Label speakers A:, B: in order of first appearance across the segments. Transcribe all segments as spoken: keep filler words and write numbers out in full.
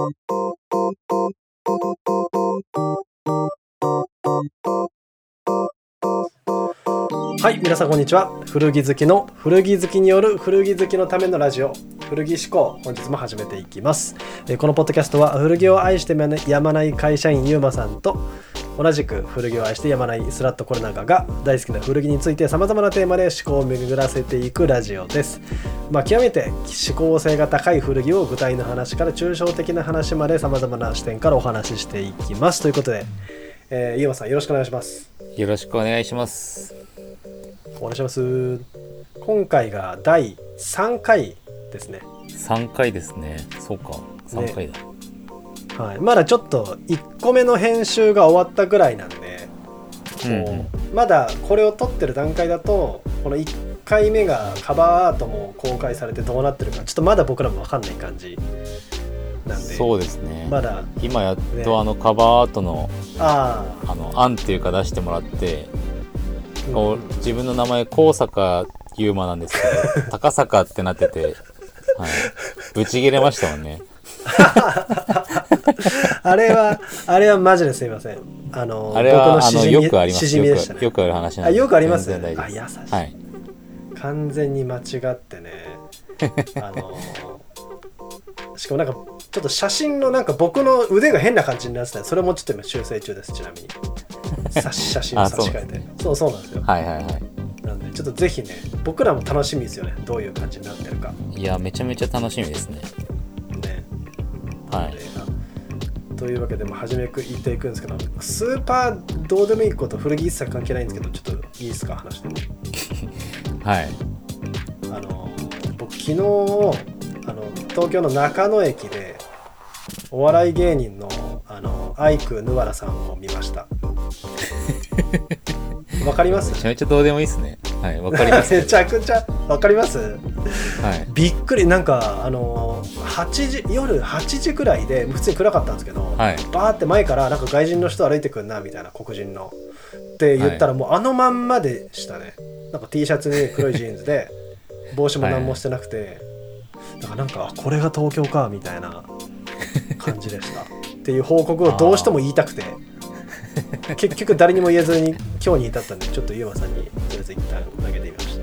A: はい、皆さんこんにちは。古着好きの古着好きによる古着好きのためのラジオ、古着思考、本日も始めていきます。えー、このポッドキャストは古着を愛してやまない会社員ゆうまさんと同じく古着を愛してやまないスラットコレナガが大好きな古着について様々なテーマで思考を巡らせていくラジオです。まあ、極めて思考性が高い古着を具体の話から抽象的な話まで様々な視点からお話ししていきます。ということで、えー、ゆうまさんよろしくお願いします。
B: よろしくお願いします。
A: お願いします。今回がだいさんかいですね。
B: さんかいですね。そうか、さんかいだ、ね。
A: はい、まだちょっといっこめの編集が終わったぐらいなんで、うんうん、まだこれを撮ってる段階だとこのいっかいめがカバーアートも公開されてどうなってるかちょっとまだ僕らも分かんない感じなんで。
B: そうですね。
A: まだ
B: 今やっとあのカバーアートの、ね、あ
A: あ
B: の案っていうか出してもらって、うん、自分の名前高坂優馬なんですけど高坂ってなってて、はい、ブチ切れましたもんね。あ
A: れはあれはマジですいません。あの
B: あれは
A: 僕のしじみ、
B: あのよくあります。
A: しじみでしたね。
B: よく、よくある話なんで。
A: あ、よくあります。
B: 全然大丈夫です。
A: あ、優しい、
B: はい、
A: 完全に間違ってね。あのしかもなんかちょっと写真のなんか僕の腕が変な感じになってた。それもちょっと今修正中です。ちなみに写真を差し替えて。そうそうなんですよ。
B: はいはいはい。
A: なんでちょっとぜひね、僕らも楽しみですよね。どういう感じになってるか。
B: いや、めちゃめちゃ楽しみですね。
A: ね。
B: はい。
A: というわけでも始めていくんですけど、スーパーどうでもいいこと古着一切関係ないんですけど、ちょっといいですか、話しても。
B: はい。
A: あの僕昨日あの東京の中野駅でお笑い芸人のあのアイクヌワラさんを見ました。わかります？
B: めちゃめちゃどうでもいいですね。はい、わかります。
A: めちゃくちゃわかります。はい。びっくり、なんかあのはちじ夜はちじくらいで普通に暗かったんですけど、
B: はい、
A: バーって前からなんか外人の人歩いてくんなみたいな、黒人のって言ったら、もうあのまんまでしたね。なんか T シャツに黒いジーンズで帽子も何もしてなくて、だからなんかこれが東京かみたいな感じでしたっていう報告をどうしても言いたくて結局誰にも言えずに今日に至ったんで、ちょっとゆうまさんにとりあえず一旦投げてみました。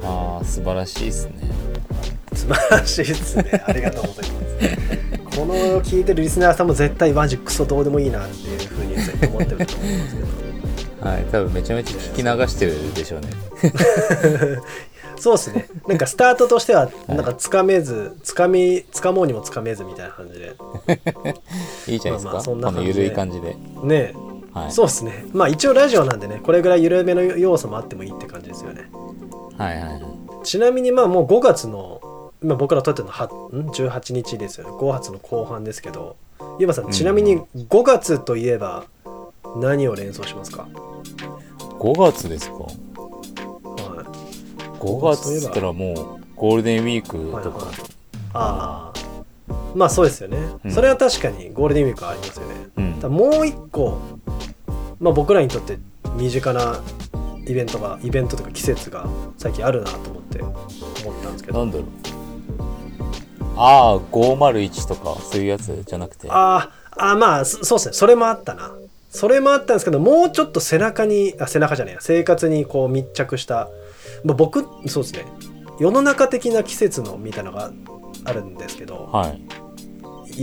B: ああ、素晴らしいですね。
A: 素晴らしいですね。ありがとうございますこの聞いてるリスナーさんも絶対マジクソどうでもいいなっていう風に絶対思ってると思うんですけど
B: はい、多分めちゃめちゃ聞き流してるでしょうね。
A: そうですね。なんかスタートとしてはなんかつかめず、つかみつかもうにもつかめずみたいな感じで
B: いいじゃないですか。まあまあそんな感じで、この緩い感じで
A: ね。はい、そうですね。まあ一応ラジオなんでね、これぐらい緩めの要素もあってもいいって感じですよね。
B: はいはいはい。
A: ちなみにまあもうごがつの今僕ら撮ってるのはじゅうはちにちですよね。ごがつの後半ですけど、ゆうまさん、うん、ちなみにごがつといえば何を連想しますか？
B: ごがつですか？はい。ごがつって言ったらもうゴールデンウィークとか、はいはい、
A: ああ、まあそうですよね、うん、それは確かにゴールデンウィークありますよね、うん、だもう一個、まあ、僕らにとって身近なイベントがイベントとか季節が最近あるなと思って思ったんですけど、
B: なんだろう、ああごーまるいちとかそういうやつじゃなくて、
A: ああ、まあそうですね、それもあったな、それもあったんですけど、もうちょっと背中にあ背中じゃないや生活にこう密着した、まあ、僕そうですね、世の中的な季節のみたいなのがあるんですけど、
B: はい、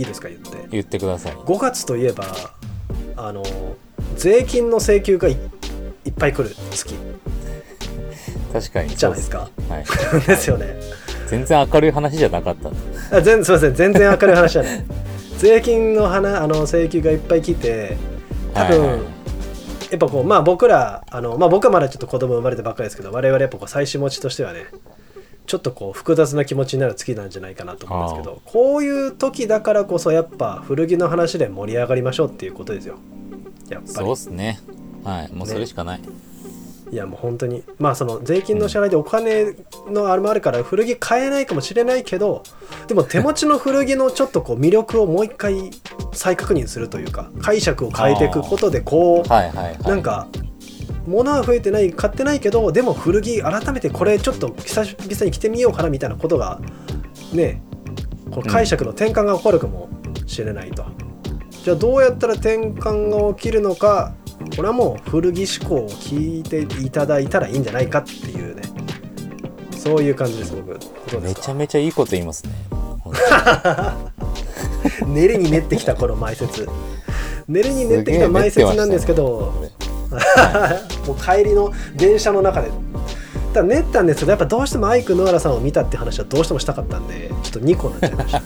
A: いいですか、言って
B: 言ってください。
A: ごがつといえばあの税金の請求が い, いっぱい来る月
B: 確かに
A: じゃないですか、
B: はい、
A: ですよね。
B: 全然明るい話じゃなかった
A: あ全すいません全然明るい話じゃない税金の花あの請求がいっぱい来て、多分、はいはい、やっぱこうまあ僕らあの、まあ、僕はまだちょっと子供生まれてばっかりですけど、我々やっぱこう妻子持ちとしてはね、ちょっとこう複雑な気持ちになる月なんじゃないかなと思うんですけど、こういう時だからこそやっぱ古着の話で盛り上がりましょうっていうことですよ、やっぱり。
B: そうですね、はい、もうそれしかない、ね、
A: いやもう本当にまあその税金の支払いでお金のあれもあるから古着買えないかもしれないけど、でも手持ちの古着のちょっとこう魅力をもう一回再確認するというか、解釈を変えていくことでこう、はいはいはい、なんか物は増えてない買ってないけど、でも古着改めてこれちょっと久々に着てみようかなみたいなことがね、この解釈の転換が起こるかもしれないと。じゃあどうやったら転換が起きるのか、これはもう古着思考を聞いていただいたらいいんじゃないかっていうね、そういう感じです。僕どうですか？
B: めちゃめちゃいいこと言いますね。
A: 練りに練ってきたこの前説、練りに練ってきた前説なんですけど、もう帰りの電車の中でただ練ったんですけど、やっぱどうしてもアイク野原さんを見たって話はどうしてもしたかったんで、ちょっとにこになっちゃいました、ね、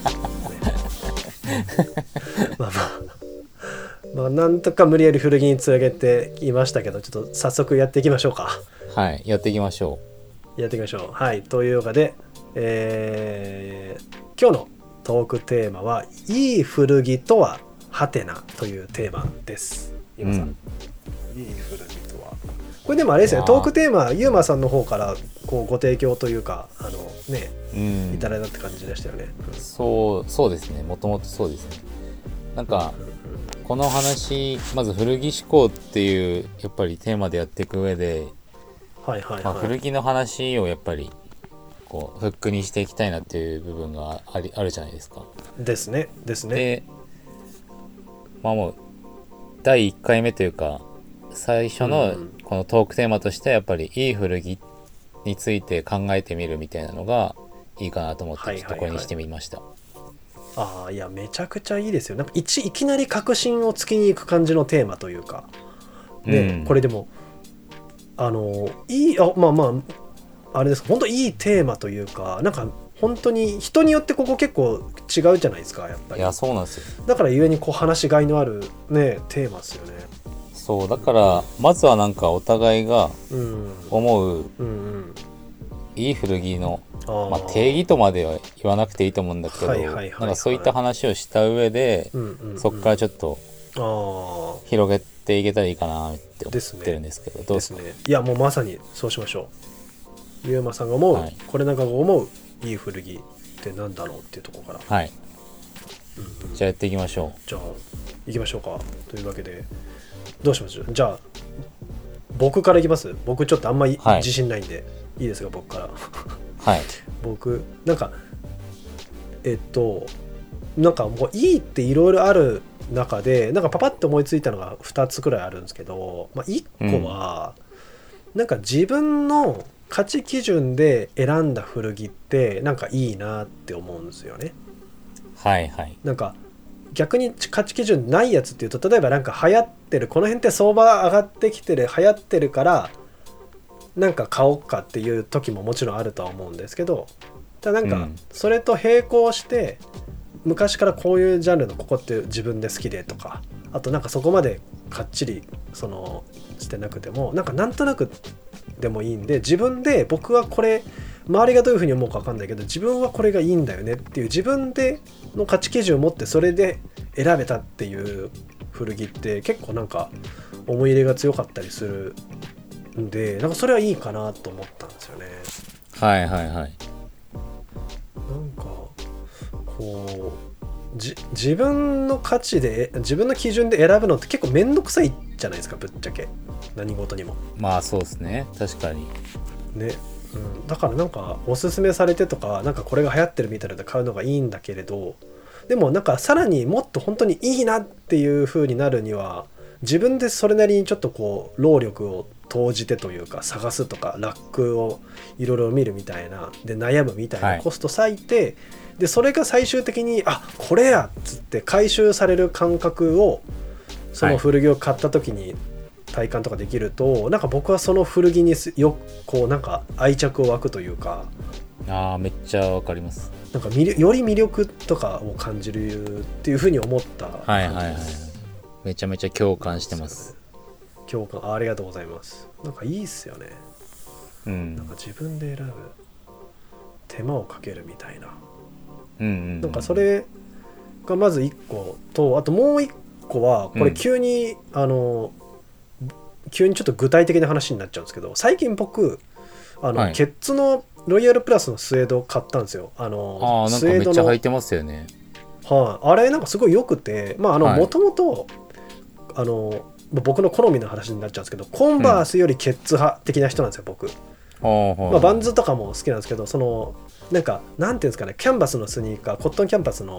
A: まあまあまあなんとか無理やり古着につなげてきましたけど、ちょっと早速やっていきましょうか。
B: はい、やっていきましょ
A: うやっていきましょう。はい、というわけで、えー、今日のトークテーマは、いい古着とはハテナというテーマです。ゆうまさん、うん、いい古着とは、これでもあれですよね、トークテーマゆうまさんの方からこうご提供というか、あのね、うん、いただいたって感じでしたよね。
B: うん、そうそうですね、もともとそうですね。なんか、うんうんうん、この話、まず古着思考っていうやっぱりテーマでやっていく上で、
A: はいはいはい、
B: まあ、古着の話をやっぱりこうフックにしていきたいなっていう部分がありあるじゃないですか。
A: ですねですね。
B: で、まあもうだいいっかいめというか最初のこのトークテーマとしてはやっぱりいい古着について考えてみるみたいなのがいいかなと思ってちょっとこれにしてみました。
A: はいはいはい、ああ、いやめちゃくちゃいいですよ。なんか い, いきなり確信をつきに行く感じのテーマというかね、うん、これでもあのいいあまあまああれです本当いいテーマというか、なんか本当に人によってここ結構違うじゃないですか、やっぱり。
B: いやそうなんですよ。
A: だからゆえにこう話しがいのあるねテーマですよね。
B: そうだからまずはなんかお互いが思う、うんうん、いい古着の、まあ、定義とまでは言わなくていいと思うんだけど、はいはいはいはい、なんかそういった話をした上で、うんうんうん、そこからちょっと広げていけたらいいかなって思ってるんですけど、
A: ですね、どうですか？ですね。いやもうまさにそうしましょう。ゆうまさんが思う、はい、これなんかが思ういい古着ってなんだろうっていうところから、
B: はい、うんうん、じゃあやっていきましょう。
A: じゃあ行きましょうか。というわけでどうしましょう。じゃあ僕からいきます。僕ちょっとあんまり自信ないんで、はい、いいですか僕から
B: はい。
A: 僕なんかえっとなんかもういいっていろいろある中でなんかパパッと思いついたのがふたつくらいあるんですけど、まあ、いっこは、うん、なんか自分の価値基準で選んだ古着ってなんかいいなって思うんですよね。
B: はいはい。
A: なんか逆に価値基準ないやつっていうと、例えばなんか流行ってるこの辺って相場上がってきてる流行ってるからなんか買おうかっていう時ももちろんあるとは思うんですけど、ただなんかそれと並行して昔からこういうジャンルのここって自分で好きでとか、あとなんかそこまでかっちりそのしてなくてもなんかなんとなくでもいいんで、自分で僕はこれ周りがどういうふうに思うか分かんないけど自分はこれがいいんだよねっていう自分での価値基準を持ってそれで選べたっていう古着って結構なんか思い入れが強かったりするんで、なんかそれはいいかなと思ったんですよね。
B: はいはいはい。
A: なんかこうじ自分の価値で自分の基準で選ぶのって結構めんどくさいじゃないですか、ぶっちゃけ何事にも。
B: まあそうですね、確かに
A: ね、うん、だからなんかおすすめされてとかなんかこれが流行ってるみたいなので買うのがいいんだけれど、でもなんかさらにもっと本当にいいなっていう風になるには自分でそれなりにちょっとこう労力を投じてというか探すとかラックをいろいろ見るみたいなで悩むみたいなコスト割いて、はい、でそれが最終的にあこれやっつって回収される感覚をその古着を買った時に体感とかできると、はい、なんか僕はその古着によこうなんか愛着を湧くというか、
B: あーめっちゃわかります。
A: なんかより魅力とかを感じるっていう風に思った感じです。
B: はいはいはい、めちゃめちゃ共感してます。
A: 共感 あ, ありがとうございます。なんかいいっすよね、
B: うん、
A: なんか自分で選ぶ手間をかけるみたいな、
B: うんうんうん、
A: なんかそれがまずいっこと、あともういっこはこれ急に、うん、あの急にちょっと具体的な話になっちゃうんですけど、最近僕あの、はい、ケッツのロイヤルプラスのスウェードを買ったんですよ。あの
B: あなんかめっちゃ履いてますよね。
A: はい、あれなんかすごい良くて、まああのもともとあの僕の好みの話になっちゃうんですけど、コンバースよりケッツ派的な人なんですよ僕、うんまあ、バンズとかも好きなんですけど、そのなんかなんていうんですかね、キャンバスのスニーカー、コットンキャンバスの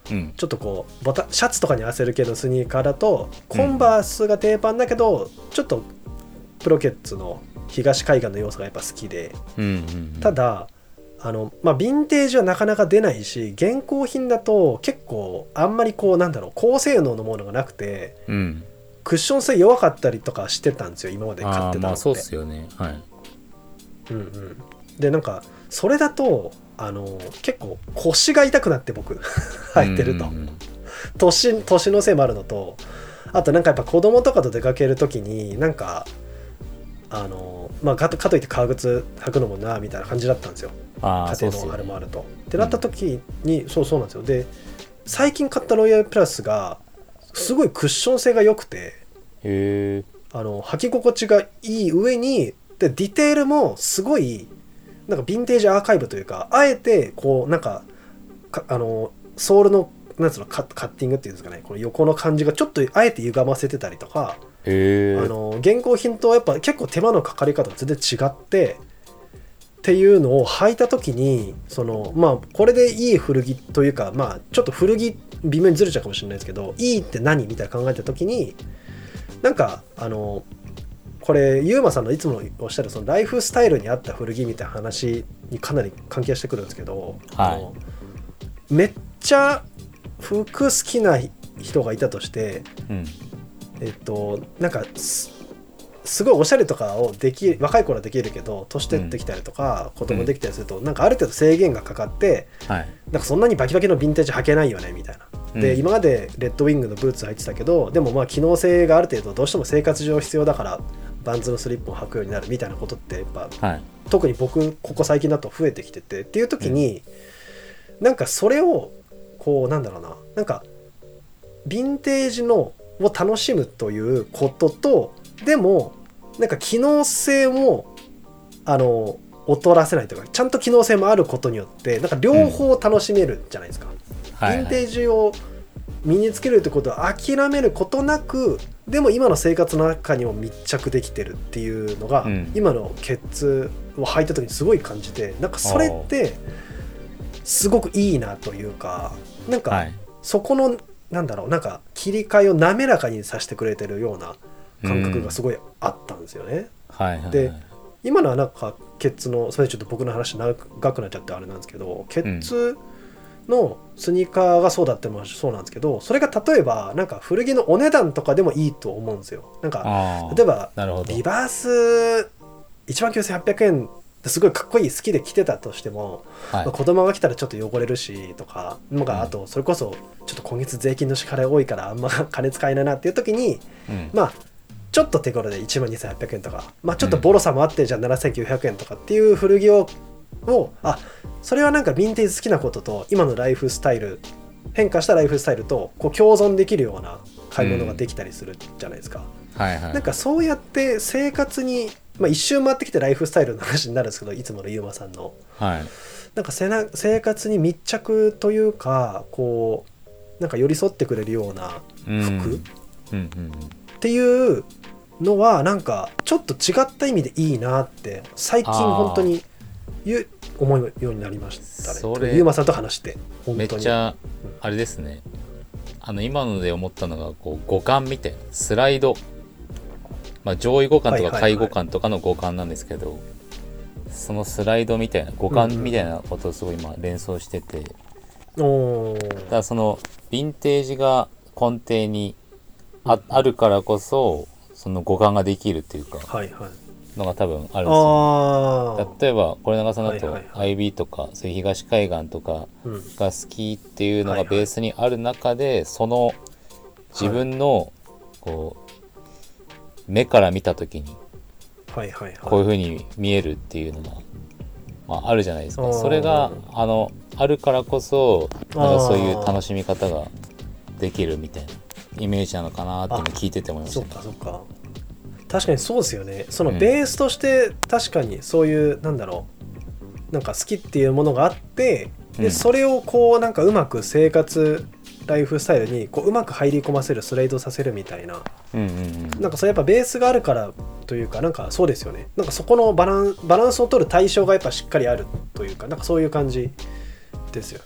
A: うん、ちょっとこうボタシャツとかに合わせる系のスニーカーだとコンバースが定番だけど、うん、ちょっとプロケッツの東海岸の要素がやっぱ好きで、うんうんうん、ただあの、まあ、ヴィンテージはなかなか出ないし現行品だと結構あんまりこうなんだろう高性能のものがなくて、うん、クッション性弱かったりとかしてたんですよ今まで買ってたのって。
B: あ、まあそうっすよね、はい、
A: うんうん、でなんかそれだとあの結構腰が痛くなって僕履いてると、うんうんうん、年, 年のせいもあるのとあとなんかやっぱ子供とかと出かけるときになんかあのまあか と, かといって革靴履くのもなみたいな感じだったんですよ。
B: あ
A: 家庭のあれもあるとってなった時に、うん、そうそうなんですよ。で最近買ったロイヤルプラスがすごいクッション性が良くて
B: へ
A: あの履き心地がいい上にでディテールもすごいなんかヴィンテージアーカイブというかあえてこうなんかあのソールのなんつうの カ, カッティングっていうんですかねこの横の感じがちょっとあえて歪ませてたりとか
B: へ
A: あの現行品とやっぱ結構手間のかかり方が全然違ってっていうのを履いた時にそのまあこれでいい古着というかまあちょっと古着微妙にずれちゃうかもしれないですけどいいって何みたいな考えた時になんかあのこれユーマさんのいつもおっしゃるそのライフスタイルに合った古着みたいな話にかなり関係してくるんですけど、
B: はい、
A: あのめっちゃ服好きな人がいたとして、うん、えっとなんか す, すごいおしゃれとかをでき若い頃はできるけど年取ってきたりとか、うん、子供できたりすると、うん、なんかある程度制限がかかって、はい、なんかそんなにバキバキのヴィンテージ履けないよねみたいな。で、うん、今までレッドウィングのブーツ履いてたけどでもまあ機能性がある程度どうしても生活上必要だからバンズのスリップを履くようになるみたいなことってやっぱ、はい、特に僕ここ最近だと増えてきててっていう時に、うん、なんかそれをこうなんだろうななんかヴィンテージのを楽しむということとでもなんか機能性もあの劣らせないというかちゃんと機能性もあることによってなんか両方楽しめるじゃないですか、うんヴィンテージを身につけるってことは諦めることなくでも今の生活の中にも密着できてるっていうのが、うん、今のケッツを履いた時にすごい感じてなんかそれってすごくいいなというかなんかそこのなんだろうなんか切り替えを滑らかにさせてくれてるような感覚がすごいあったんですよね、
B: うんはいはいはい、
A: で今のはなんかケッツのそれちょっと僕の話長くなっちゃってあれなんですけどケッツのスニーカーがそうだってもそうなんですけどそれが例えばなんか古着のお値段とかでもいいと思うんですよ。なんか例えばリバースいちまんきゅうせんはっぴゃくえんすごいかっこいい好きで着てたとしても、はいまあ、子供が来たらちょっと汚れるしとかなんかあとそれこそちょっと今月税金の支払い多いからあんま金使えないなっていう時に、うん、まあちょっと手頃でいちまんにせんはっぴゃくえんとか、まあ、ちょっとボロさもあって、うん、じゃあななせんきゅうひゃくえんとかっていう古着ををあそれはなんかヴィンテージ好きなことと今のライフスタイル変化したライフスタイルとこう共存できるような買い物ができたりするじゃないですか、
B: うんはいはい、
A: なんかそうやって生活に、まあ、一周回ってきてライフスタイルの話になるんですけどいつものゆうまさんの、
B: はい、
A: なんかせな生活に密着というかこうなんか寄り添ってくれるような服、うんうんうん、っていうのはなんかちょっと違った意味でいいなって最近本当にいう思うようになりましたね。それゆうまさんと話して本当に
B: めっちゃあれですね、うん、あの今ので思ったのがこう五感みたいなスライド、まあ、上位互換とか下位互換とかの互換なんですけど、はいはいはい、そのスライドみたいな互換みたいなことをすごい今連想してて、
A: うんうん、
B: だからそのヴィンテージが根底に あ,、うん、あるからこそその互換ができるっていうか、
A: はいはい
B: のが多分あるんですよ。例えばこれ長さんだと アイビー とかそういう東海岸とかが好きっていうのがベースにある中でその自分のこう目から見た時にこういう風に見えるっていうのがまああるじゃないですか。それがあのあるからこそなんかそういう楽しみ方ができるみたいなイメージなのかなって今聞いてて思いましたね。
A: そうかそうか確かにそうですよね。そのベースとして確かにそういう、うん、なんだろうなんか好きっていうものがあってでそれをこうなんかうまく生活ライフスタイルにこううまく入り込ませるスライドさせるみたいな、
B: うんうんうん、
A: なんかそれやっぱベースがあるからというかなんかそうですよね。なんかそこのバラン、バランスを取る対象がやっぱしっかりあるというかなんかそういう感じですよね。なんか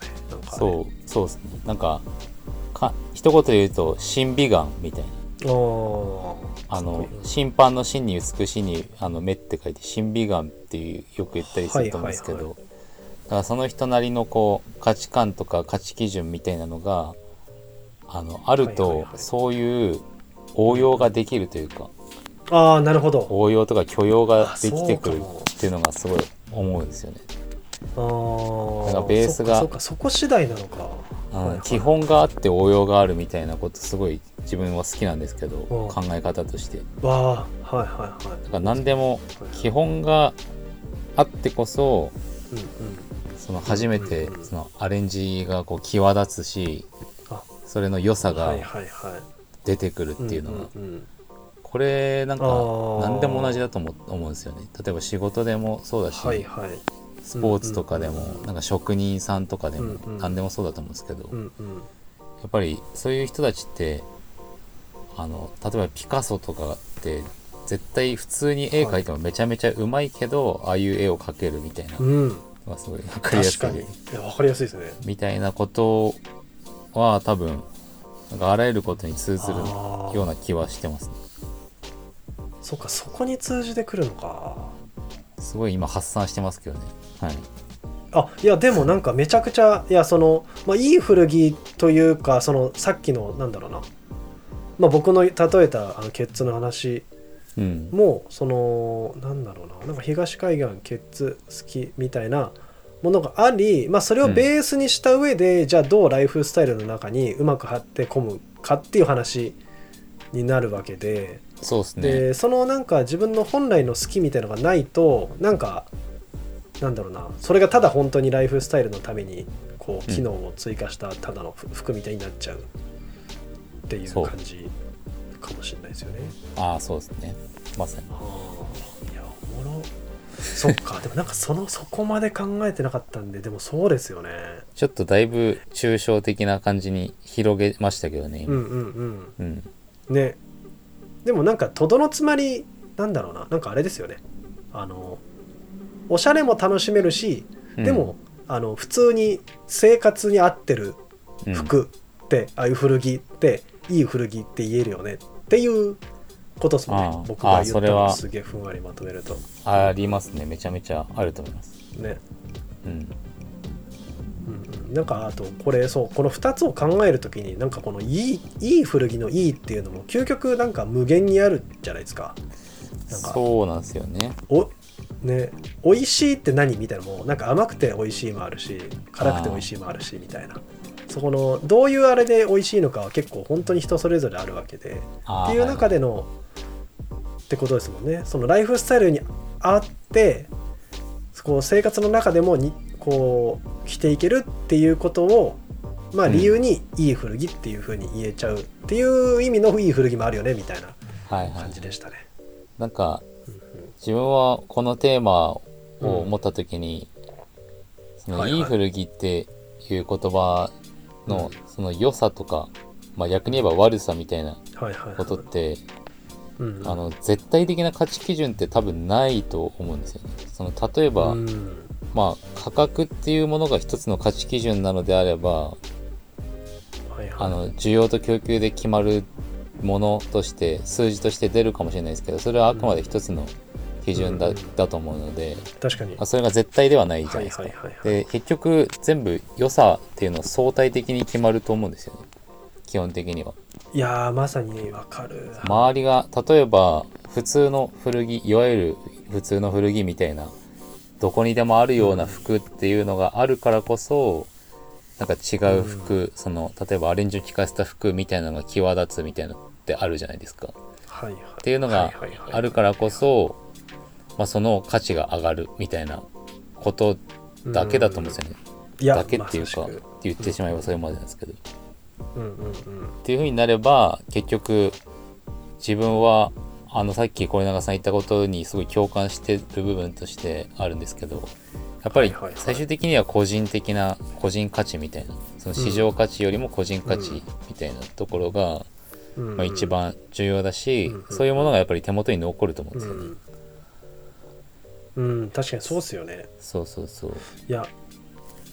B: そうそうですね。なんかか一言で言うと審美眼みたいな。あの審判の審に美しいにあの目って書いて審美眼っていうよく言ったりすると思うんですけど、はいはいはい、だからその人なりのこう価値観とか価値基準みたいなのがあのあると、そういう応用ができるというか、
A: ああなるほど、
B: 応用とか許容ができてくるっていうのがすごい思うんですよね。
A: あ
B: だからベースが
A: そっかそっか、そこ次第なのか、
B: うんはいはい、基本があって応用があるみたいなことすごい自分は好きなんですけど、考え方として
A: わあはいはいはい、
B: だから何でも基本があってこそ、うんうん、その初めてそのアレンジがこう際立つし、それの良さが出てくるっていうのが、これなんか何でも同じだと思うんですよね。例えば仕事でもそうだし、はいはい、スポーツとかでも、なんか職人さんとかでも何でもそうだと思うんですけど、やっぱりそういう人たちってあの例えばピカソとかって絶対普通に絵描いてもめちゃめちゃうまいけど、はい、ああいう絵を描けるみたいなのがすごい分かりやすい、
A: 確かにいや分かりやすいですね
B: みたいなことは多分なんかあらゆることに通ずるような気はしてますね。
A: そうか、そこに通じてくるのか。
B: すごい今発散してますけどね。はい。
A: あいやでもなんかめちゃくちゃいやその、まあ、いい古着というかそのさっきのなんだろうな、まあ、僕の例えたあのケッツの話も、うん、そのなんだろうな、なんか東海岸ケッツ好きみたいなものがあり、まあ、それをベースにした上で、うん、じゃあどうライフスタイルの中にうまく貼って込むかっていう話になるわけで、
B: そうですね。
A: でそのなんか自分の本来の好きみたいなのがないとなんかなんだろうな、それがただ本当にライフスタイルのためにこう機能を追加したただの服みたいになっちゃうっていう感じかもしれないですよね。
B: ああそうですね、まさに。
A: いやおもろ。そっかでもなんかそのそこまで考えてなかったんで、でもそうですよね。
B: ちょっとだいぶ抽象的な感じに広げましたけどね。
A: うんうんうん、うん、ね。でもなんかとどのつまりなんだろうな、なんかあれですよね、あのおしゃれも楽しめるし、でも、うん、あの普通に生活に合ってる服って、うん、ああいう古着っていい古着って言えるよねっていうことですもんね。僕が言ったのすげえふんわりまとめると
B: ありますね。めちゃめちゃあると思います
A: ね。うんうん、なんかあとこれそうこのふたつを考えるときになんかこのいいいい古着のいいっていうのも究極なんか無限にあるじゃないですか。
B: なんかそうなんですよね。
A: おね、美味しいって何みたいなのもなんか甘くて美味しいもあるし辛くて美味しいもあるしみたいな、そこのどういうあれで美味しいのかは結構本当に人それぞれあるわけでっていう中での、はい、ってことですもんね。そのライフスタイルにあってこう生活の中でもにこう着ていけるっていうことをまあ理由にいい古着っていう風に言えちゃうっていう意味のいい古着もあるよねみたいな感じでしたね。はいはい、
B: なんか自分はこのテーマを持った時に、うん、そのいい古着っていう言葉のその良さとか、まあ、逆に言えば悪さみたいなことって、あの絶対的な価値基準って多分ないと思うんですよね。その例えば、うん、まあ価格っていうものが一つの価値基準なのであれば、はいはい、あの需要と供給で決まるものとして数字として出るかもしれないですけど、それはあくまで一つの基準 だ,、うん、だと思うので、
A: 確かに
B: それが絶対ではないじゃないですか。はいはいはいはい、で結局全部良さっていうのは相対的に決まると思うんですよね、基本的には。
A: いやーまさにわかる。
B: 周りが例えば普通の古着、いわゆる普通の古着みたいなどこにでもあるような服っていうのがあるからこそ、なんか違う服、うん、その例えばアレンジを効かせた服みたいなのが際立つみたいなのってあるじゃないですか。はいはい、っていうのがあるからこそ、まあ、その価値が上がるみたいなことだけだと思うんですよね。いやだけっていうか、まって言ってしまえばそれまでなんですけど、うんうんうん、っていう風になれば結局自分はあのさっき小永さん言ったことにすごい共感してる部分としてあるんですけど、やっぱり最終的には個人的な個人価値みたいな、その市場価値よりも個人価値みたいなところが、うんまあ、一番重要だし、うんうん、そういうものがやっぱり手元に残ると思うんですよね。うん
A: うん、確かにそうっすよね。
B: そうそうそう。
A: いや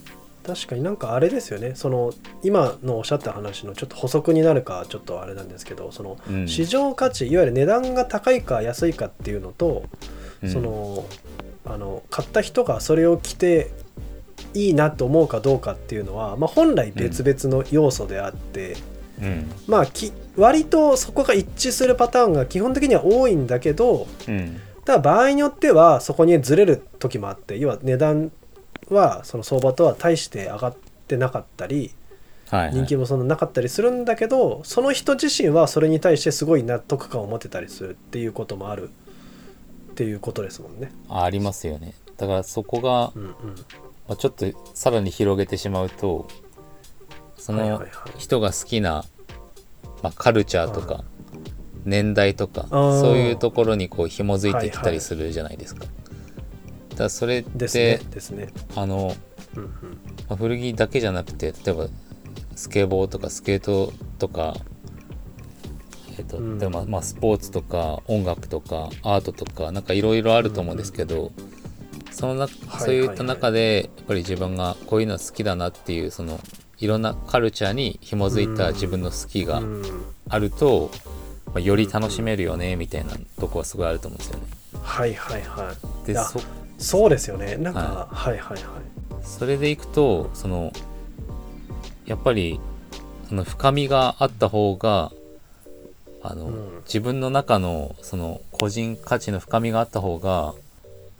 A: 確かになんかあれですよね、その今のおっしゃった話のちょっと補足になるかちょっとあれなんですけど、その市場価値、うん、いわゆる値段が高いか安いかっていうのと、うん、そのあの買った人がそれを着ていいなと思うかどうかっていうのは、まあ、本来別々の要素であって、うん、まあき割とそこが一致するパターンが基本的には多いんだけど、うん、ただ場合によってはそこにずれる時もあって、要は値段はその相場とは大して上がってなかったり、はいはい、人気もそんななかったりするんだけど、その人自身はそれに対してすごい納得感を持てたりするっていうこともあるっていうことですもんね。
B: あ, ありますよね。だからそこが、うんうん、まあ、ちょっとさらに広げてしまうと、その人が好きな、まあ、カルチャーとか年代とかそういうところにこう紐づいてきたりするじゃないですか。はいはい、だからそれって、ですねですね、あの、うんうん、まあ、古着だけじゃなくて、例えばスケボーとかスケートとか、えっと、うん、でもまあスポーツとか音楽とかアートとかなんかいろいろあると思うんですけど、うんうん、そのなそういった中でやっぱり自分がこういうの好きだなっていうそのいろんなカルチャーに紐づいた自分の好きがあると、まあ、より楽しめるよねみたいなとこはすごいあると思うんですよね。
A: はいはいはい。でそそうですよね。なんか、はい、はいはいはい。
B: それでいくとそのやっぱりその深みがあった方があの、うん、自分の中のその個人価値の深みがあった方が、うん、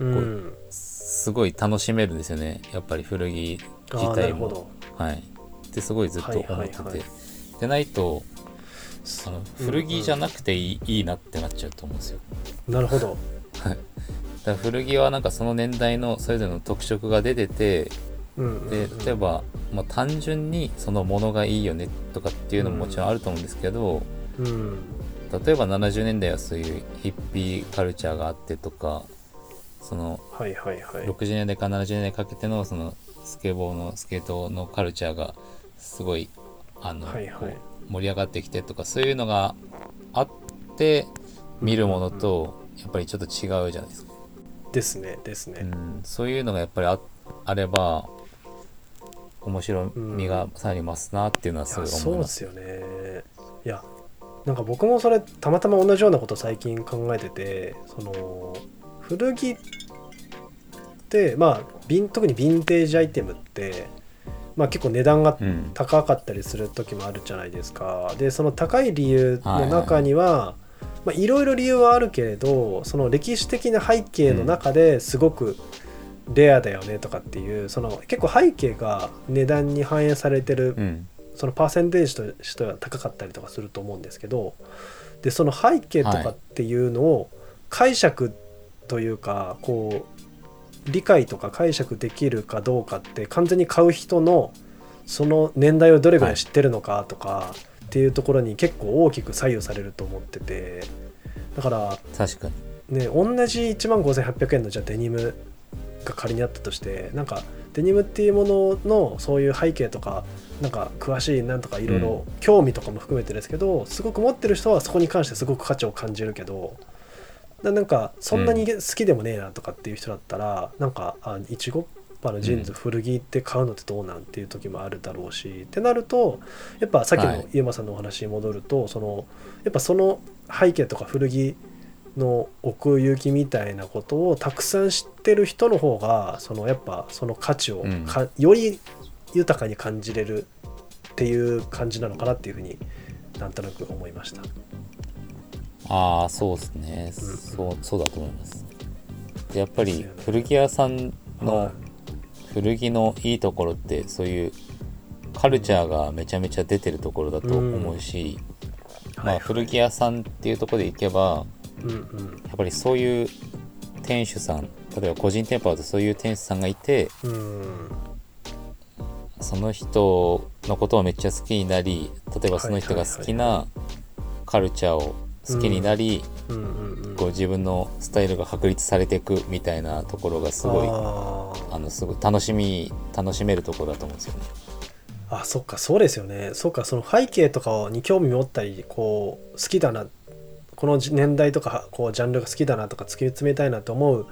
B: すごい楽しめるんですよね。やっぱり古着自体も、はい、ですごいずっと思ってて、はいはいはい、でないとあの古着じゃなくていい、うんうん、いいなってなっちゃうと思うんですよ。
A: なるほど。
B: だから古着はなんかその年代のそれぞれの特色が出てて、うんうんうん、で例えば、まあ、単純にそのものがいいよねとかっていうのももちろんあると思うんですけど、うん、例えばななじゅうねんだいはそういうヒッピーカルチャーがあってとか、そのろくじゅうねんだいからななじゅうねんだいにかけてのそのスケボーのスケートのカルチャーがすごいあの、はいはい、盛り上がってきてとか、そういうのがあって見るものとやっぱりちょっと違うじゃないですか。
A: ですねですね、
B: うん、そういうのがやっぱり あ, あれば面白みがさらに増すなっていうのはすごい思います。
A: うん、いやそうですよね。いやなんか僕もそれたまたま同じようなこと最近考えてて、その古着ってまあ特にヴィンテージアイテムって、まあ、結構値段が高かったりする時もあるじゃないですか、うん、でその高い理由の中にはいろいろ理由はあるけれど、その歴史的な背景の中ですごくレアだよねとかっていう、その結構背景が値段に反映されてる、うん、そのパーセンテージとしては高かったりとかすると思うんですけど、でその背景とかっていうのを解釈というかこう理解とか解釈できるかどうかって完全に買う人のその年代をどれぐらい知ってるのかとかっていうところに結構大きく左右されると思ってて、だから
B: 確か
A: にね、同じいちまんごせんはっぴゃくえんのじゃあデニムが仮にあったとして、なんかデニムっていうもののそういう背景とかなんか詳しいなんとかいろいろ興味とかも含めてですけど、うん、すごく持ってる人はそこに関してすごく価値を感じるけど、なんかそんなに好きでもねえなとかっていう人だったら、うん、なんかあいちごっぱのジーンズ古着って買うのってどうなんっていう時もあるだろうし、ってなるとやっぱさっきの家間さんのお話に戻ると、はい、そのやっぱその背景とか古着の奥行きみたいなことをたくさん知ってる人の方がそのやっぱその価値をか、うん、より豊かに感じれるっていう感じなのかなっていうふうになんとなく思いました。
B: ああそうですね、うん、そうそうだと思います。でやっぱり古着屋さんの古着のいいところってそういうカルチャーがめちゃめちゃ出てるところだと思うし、うん、まあ古着屋さんっていうところで行けば、うんうん、やっぱりそういう店主さん、例えば個人店舗だとそういう店主さんがいて、うん、その人のことをめっちゃ好きになり、例えばその人が好きなカルチャーを好きになり、こう自分のスタイルが確立されていくみたいなところがすごいああのすごい楽しみ楽しめるところだと思うんですよね。
A: あ、そっかそうですよね。そっか、その背景とかに興味持ったりこう好きだな、この年代とかこうジャンルが好きだなとか突き詰めたいなと思う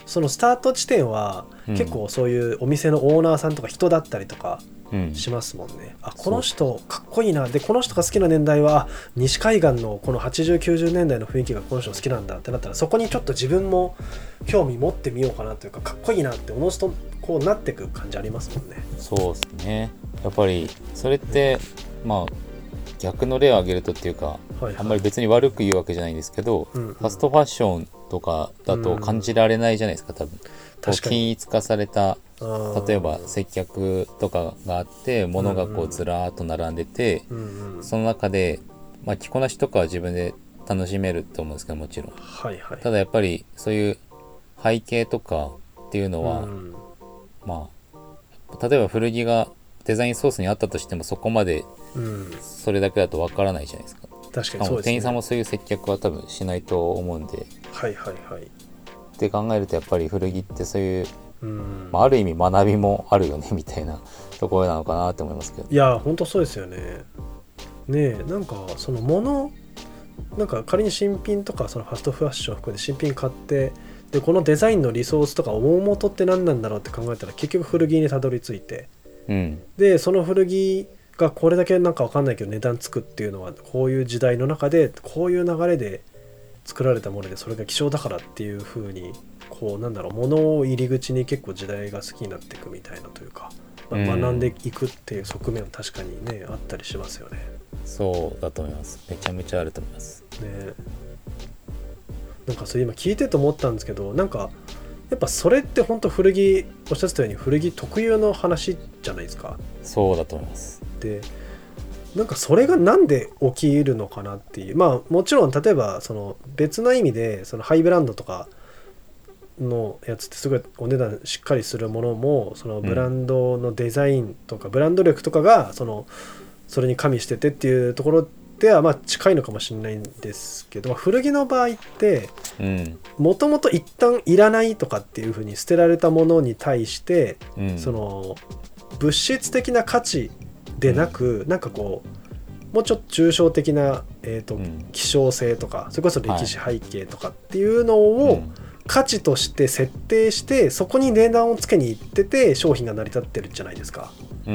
A: そのスタート地点は結構そういうお店のオーナーさんとか人だったりとかしますもんね、うん、あこの人かっこいいなでこの人が好きな年代は西海岸のこのはちじゅう、きゅうじゅうねんだいの雰囲気がこの人好きなんだってなったらそこにちょっと自分も興味持ってみようかなというかかっこいいなっておのずとこうなっていく感じありますもんね。
B: そうですね。やっぱりそれってまあ逆の例を挙げるとっていうか、はいはい、あんまり別に悪く言うわけじゃないんですけど、うんうん、ファストファッションとかだと感じられないじゃないですか、多分。確かに均一化された例えば接客とかがあって物がこうずらーっと並んでて、うんうん、その中で、まあ、着こなしとかは自分で楽しめると思うんですけどもちろん、はいはい、ただやっぱりそういう背景とかっていうのは、うん、まあ例えば古着がデザインソースにあったとしてもそこまでそれだけだとわからないじゃないですか。
A: 確かにそうですね。
B: 店員さんもそういう接客は多分しないと思うんで、
A: はいはいはい。
B: って考えるとやっぱり古着ってそういう、うんまあ、ある意味学びもあるよねみたいなところなのかなと思いますけど。
A: いや本当そうですよね。ねえなんかその物なんか仮に新品とかそのファストファッション含めて新品買ってでこのデザインのリソースとか大元って何なんだろうって考えたら結局古着にたどり着いて、うん、でその古着がこれだけなんか分かんないけど値段つくっていうのはこういう時代の中でこういう流れで作られたものでそれが希少だからっていう風にこうなんだろう物を入り口に結構時代が好きになっていくみたいなというか、まあ、学んでいくっていう側面は確かにねあったりしますよね。
B: そうだと思います。めちゃめちゃあると思います
A: ね。なんかそれ今聞いてて思ったんですけどなんかやっぱそれって本当古着おっしゃってたように古着特有の話じゃないですか。
B: そうだと思います。
A: でなんかそれがなんで起きるのかなっていうまあもちろん例えばその別な意味でそのハイブランドとかのやつってすごいお値段しっかりするものもそのブランドのデザインとかブランド力とかがそのそれに加味しててっていうところではまあ近いのかもしれないんですけど古着の場合ってもともと一旦いらないとかっていう風に捨てられたものに対してその物質的な価値でなく、うん、なんかこうもうちょっと抽象的な、えーとうん、希少性とかそれこそ歴史背景とかっていうのを価値として設定してそこに値段をつけに行ってて商品が成り立ってるじゃないですか、うん、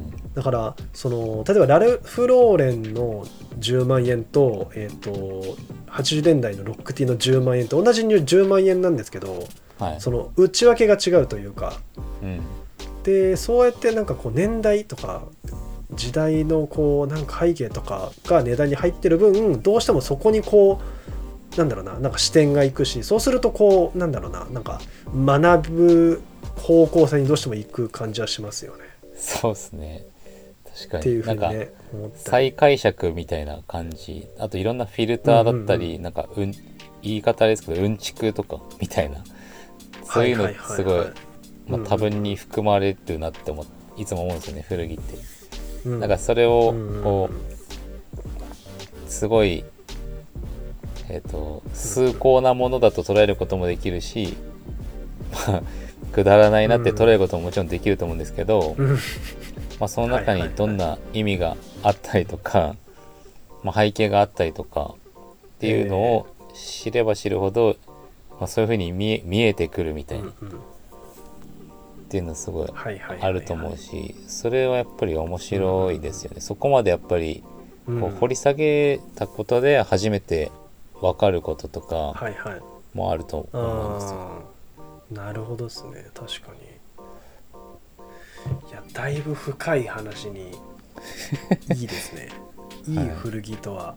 A: だからその例えばラルフ・ローレンのじゅうまんえんと、えーとはちじゅうねんだいのロックティのじゅうまんえんと同じにじゅうまんえんなんですけど、はい、その内訳が違うというか、うんでそうやってなんかこう年代とか時代のこうなんか背景とかが値段に入ってる分どうしてもそこにこうなんだろうななんか視点がいくしそうするとこうなんだろうななんか学ぶ方向性にどうしても行く感じはしますよね。
B: そうですね確かに
A: っていうふうにね
B: なんか再解釈みたいな感じあといろんなフィルターだったり、うんうんうん、なんか、うん、言い方ですけどうんちくとかみたいなそういうのすごい、はいはいはいまあ、多分に含まれるなって思いつも思うんですよね古着って、うん、なんかそれをこうすごいえっと崇高なものだと捉えることもできるしまあくだらないなって捉えることももちろんできると思うんですけど、うん、まあその中にどんな意味があったりとか、まあ、背景があったりとかっていうのを知れば知るほど、まあ、そういうふうに見え、見えてくるみたいな、うんうんっていうのすごいあると思うしそれはやっぱり面白いですよね、うん、そこまでやっぱりこう掘り下げたことで初めて分かることとかもあると思うんですよ、はいはい、
A: なるほどですね確かにいやだいぶ深い話にいいですねいい古着とは、はい、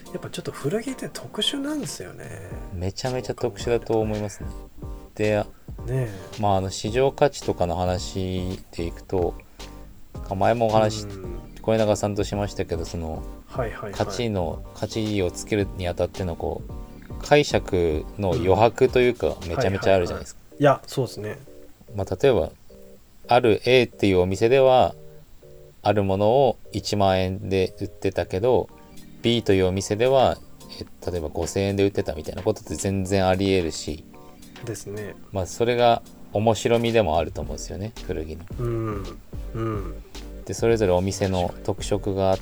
A: やっぱちょっと古着って特殊なんですよね。
B: めちゃめちゃ特殊だと思いますね。で
A: ね
B: まあ、あの市場価値とかの話でいくと前もお話小永さんとしましたけどその価値の価値をつけるにあたってのこう解釈の余白というかめちゃめちゃあるじゃないですか。
A: いやそうですね、
B: まあ、例えばある A っていうお店ではあるものをいちまんえんで売ってたけど B というお店ではえ例えばごせんえんで売ってたみたいなことって全然ありえるし
A: ですね。
B: まあそれが面白みでもあると思うんですよね古着の。うんうん、でそれぞれお店の特色があって、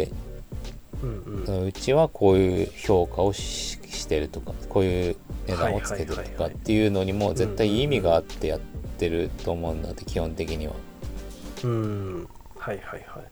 B: うんうん、うちはこういう評価を し, してるとかこういう値段をつけてとかっていうのにも絶対いい意味があってやってると思うんだって、基本的には。
A: うんはいはいはい、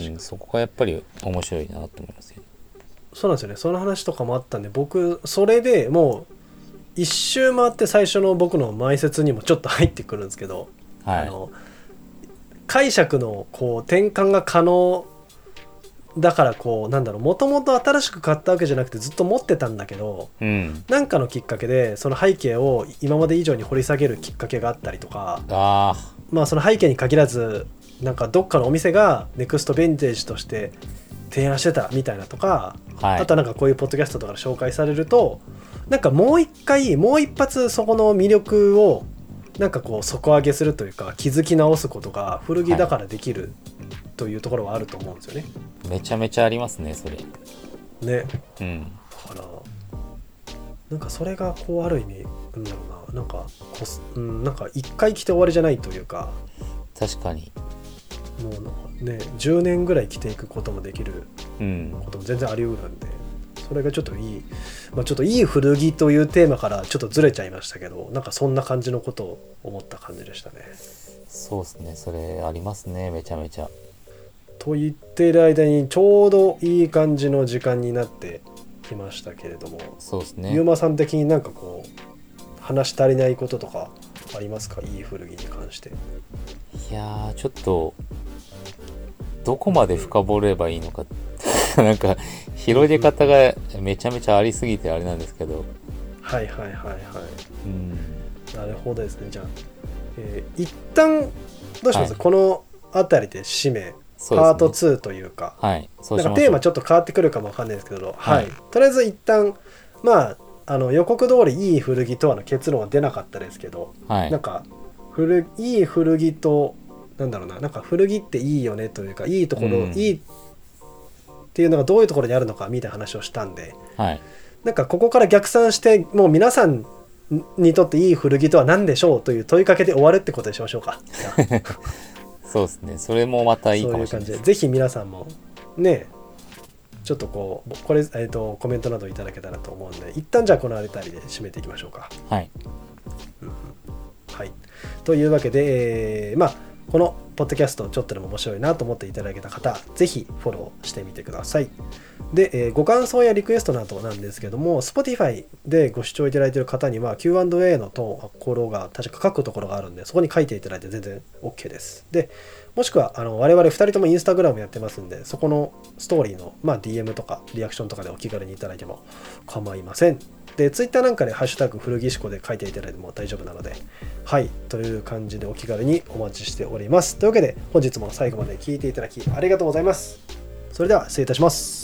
B: うん、そこがやっぱり面白いなと思いますよね。
A: そうなんですよね。その話とかもあったんで、僕それでもう一周回って最初の僕の前説にもちょっと入ってくるんですけど、はい、あの解釈のこう転換が可能だから、こうなんだろう、もともと新しく買ったわけじゃなくてずっと持ってたんだけど、うん、なんかのきっかけでその背景を今まで以上に掘り下げるきっかけがあったりとか、あまあその背景に限らずなんかどっかのお店がネクストヴィンテージとして提案してたみたいなとか、はい、あとはなんかこういうポッドキャストとかで紹介されると、なんかもう一回もう一発そこの魅力をなんかこう底上げするというか、気づき直すことが古着だからできるというところはあると思うんですよね。
B: はい、めちゃめちゃありますねそれ
A: ね。うん、だからなんかそれがこうある意味なんだろうな、なんかこす、うん、なんか一回着て終わりじゃないというか、
B: 確かに
A: もうなんかねじゅうねんぐらい着ていくこともできることも全然あり得るんで、うん、それがちょっといい、まあ、ちょっといい古着というテーマからちょっとずれちゃいましたけど、なんかそんな感じのことを思った感じでしたね。
B: そうですね、それありますね、めちゃめちゃ。
A: と言っている間にちょうどいい感じの時間になってきましたけれども、
B: そうですね。
A: ゆうまさん的になんかこう話し足りないこととかありますか、いい古着に関して。
B: いやーちょっとどこまで深掘ればいいのかなんか広げ方がめちゃめちゃありすぎてあれなんですけど、
A: はいはいはいはい、うん、なるほどですね。じゃあ、えー、一旦どうします、はい、このあたりで締め、パートツーというか、
B: はい、そう
A: なんかテーマちょっと変わってくるかもわかんないですけど、はい、はい、とりあえず一旦まああの予告通りいい古着とはの結論は出なかったですけど、はい、なんか古いい古着となんだろうな、なんか古着っていいよねというか、いいところ、うん、いいっていうのがどういうところにあるのかみたいな話をしたんで、はい、なんかここから逆算してもう皆さんにとっていい古着とは何でしょうという問いかけで終わるってことにしましょうか。
B: そうですね、それもまたいいかもしれないです。
A: そういう感じでぜひ皆さんもねちょっとこうこれ、えーと、コメントなどいただけたらと思うんで、一旦じゃあこのあたりで締めていきましょうか。
B: はい、
A: うん、はい、というわけで、えー、まあこのポッドキャストちょっとでも面白いなと思っていただけた方、ぜひフォローしてみてください。で、えー、ご感想やリクエストなどなんですけども、 Spotify でご視聴いただいている方には キューアンドエー のところが確か書くところがあるんで、そこに書いていただいて全然 OK です。でもしくはあの我々ふたりともインスタグラムやってますんで、そこのストーリーの、まあ、ディーエム とかリアクションとかでお気軽にいただいても構いません。で、ツイッターなんかでハッシュタグ古着志向で書いていただいても大丈夫なので、はい、という感じでお気軽にお待ちしております。というわけで本日も最後まで聞いていただきありがとうございます。それでは失礼いたします。